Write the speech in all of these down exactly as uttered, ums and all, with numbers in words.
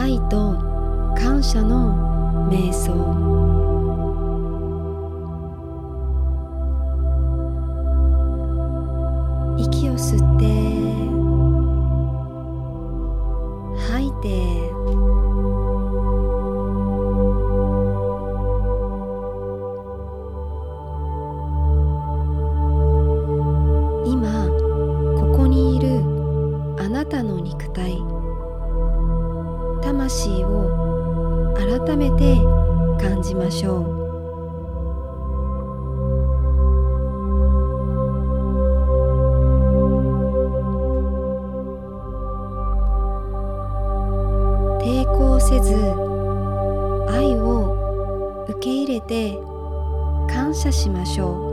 愛と感謝の瞑想。息を吸って吐いて、今ここにいるあなたの肉体、魂を改めて感じましょう。抵抗せず愛を受け入れて感謝しましょう。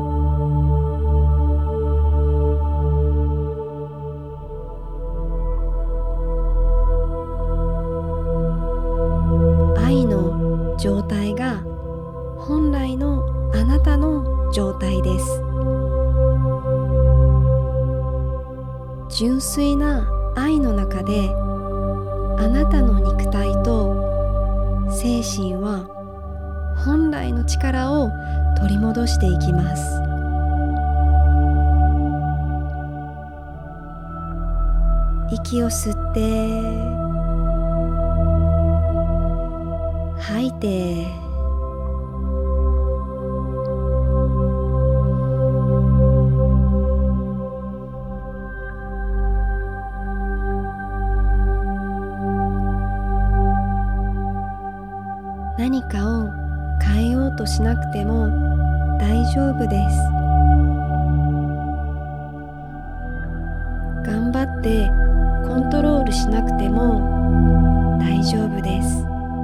愛の状態が本来のあなたの状態です。純粋な愛の中であなたの肉体と精神は本来の力を取り戻していきます。息を吸って吐いて、何かを変えようとしなくても大丈夫です。頑張ってコントロールしなくても大丈夫です。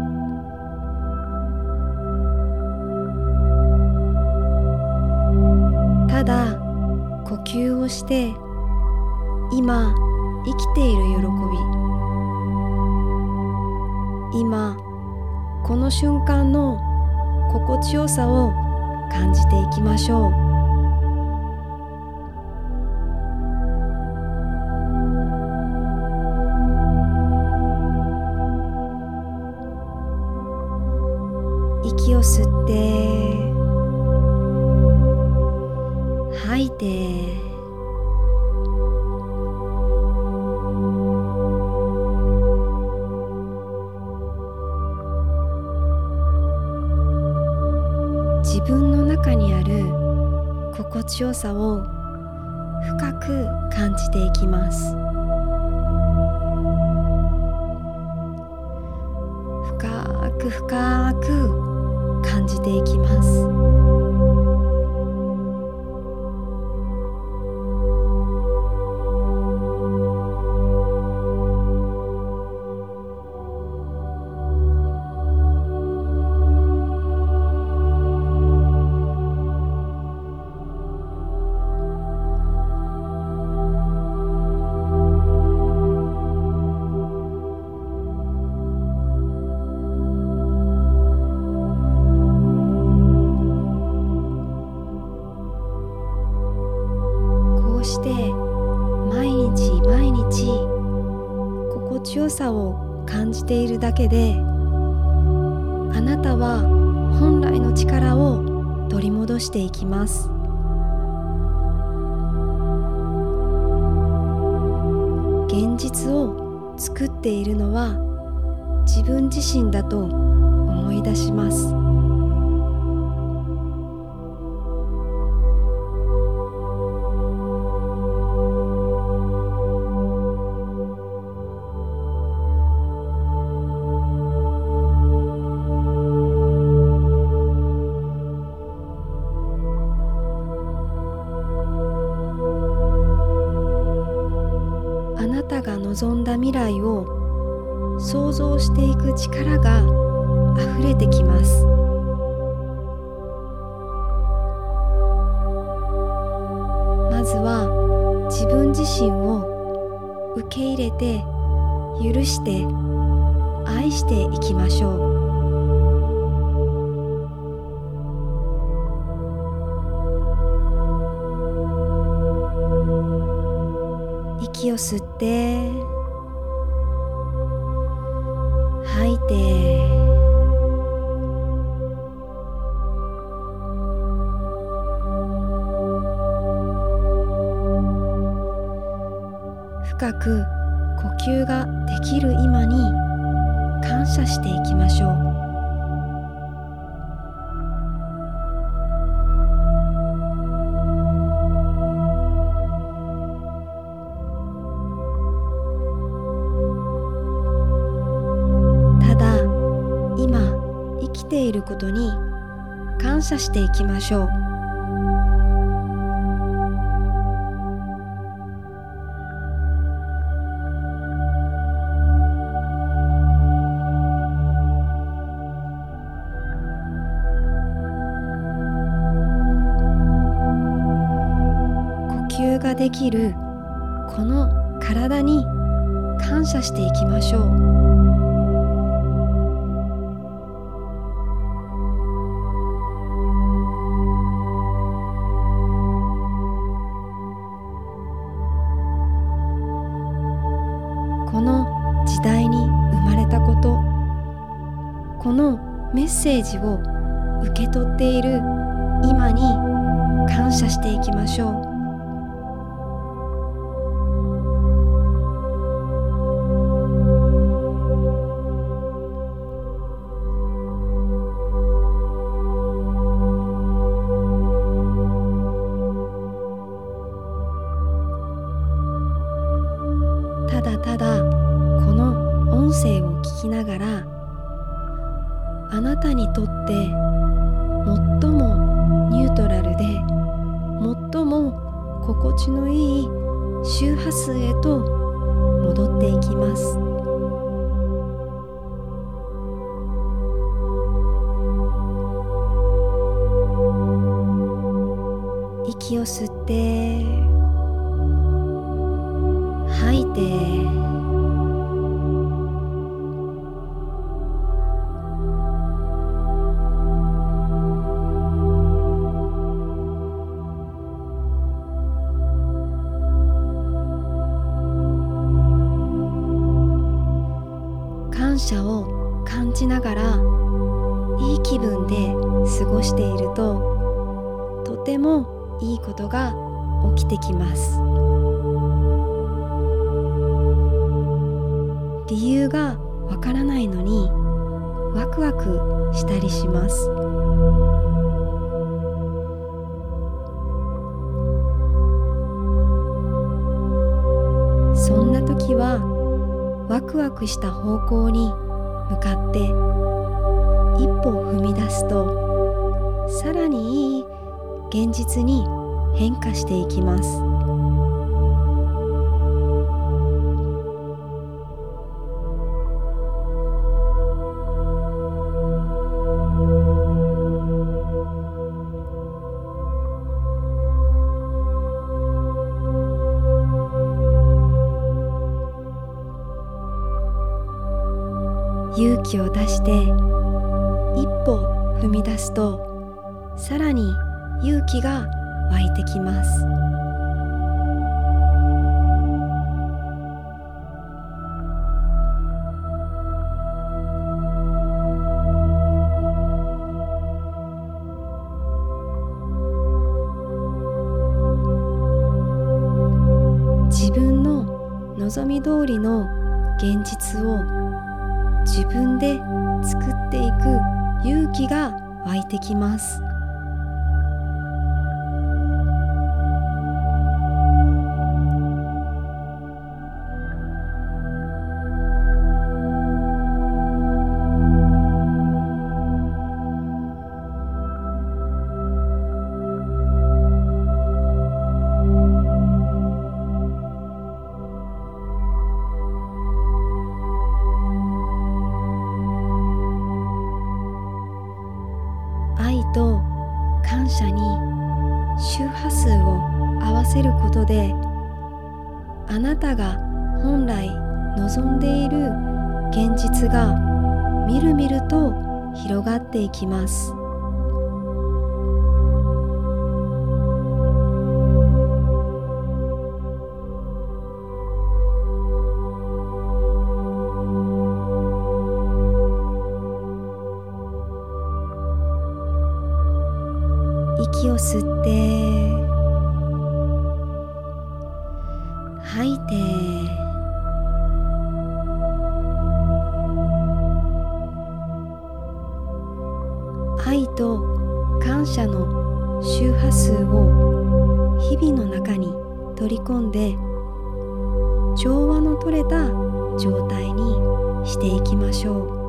ただ呼吸をして今生きている喜び、今この瞬間の心地よさを感じていきましょう。息を吸って吐いて、自分の中にある心地よさを深く感じていきます。深く深く感じていきます。毎日毎日心地よさを感じているだけで、あなたは本来の力を取り戻していきます。現実を作っているのは自分自身だと思い出します。あなたが望んだ未来を想像していく力があふれてきます。まずは自分自身を受け入れて許して愛していきましょう。息を吸って吐いて、深く呼吸ができる今に感謝していきましょう。ただ、今生きていることに感謝していきましょう。呼吸ができるこの体に感謝していきましょう。この時代に生まれたこと、このメッセージを受け取っている今に感謝していきましょう。ただただこの音声を聞きながら、あなたにとって最もニュートラルで最も心地のいい周波数へと戻っていきます。息を吸って吐いて、感謝を感じながらいい気分で過ごしていると、とてもいいことが起きてきます。理由がわからないのにワクワクしたりします。そんな時はワクワクした方向に向かって一歩踏み出すと、さらにいい現実に変化していきます。勇気を出して一歩踏み出すと、さらに勇気が湧いてきます。自分の望み通りの現実を自分で作っていく勇気が湧いてきます。愛と感謝に周波数を合わせることで、あなたが本来望んでいる現実がみるみると広がっていきます。 息を吸って吐いて、愛と感謝の周波数を日々の中に取り込んで、調和の取れた状態にしていきましょう。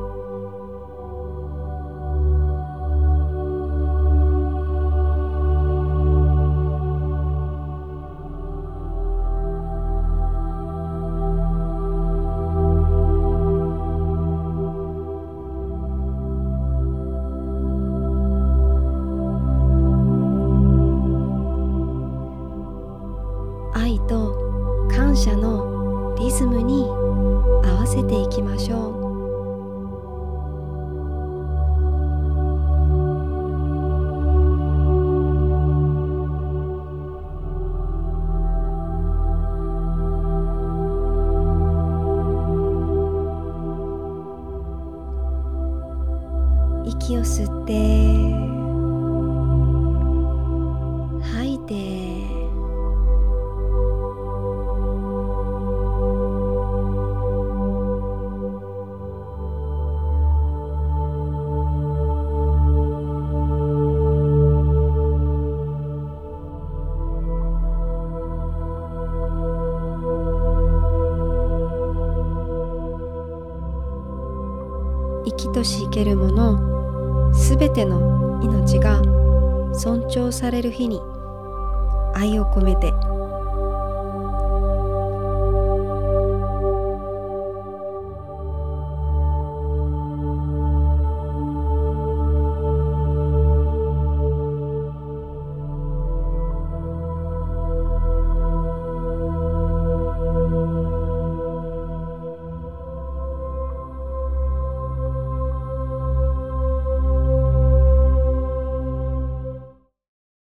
愛と感謝のリズムに合わせていきましょう。息を吸って吐いて、生きとし生けるものすべての命が尊重される日に愛を込めて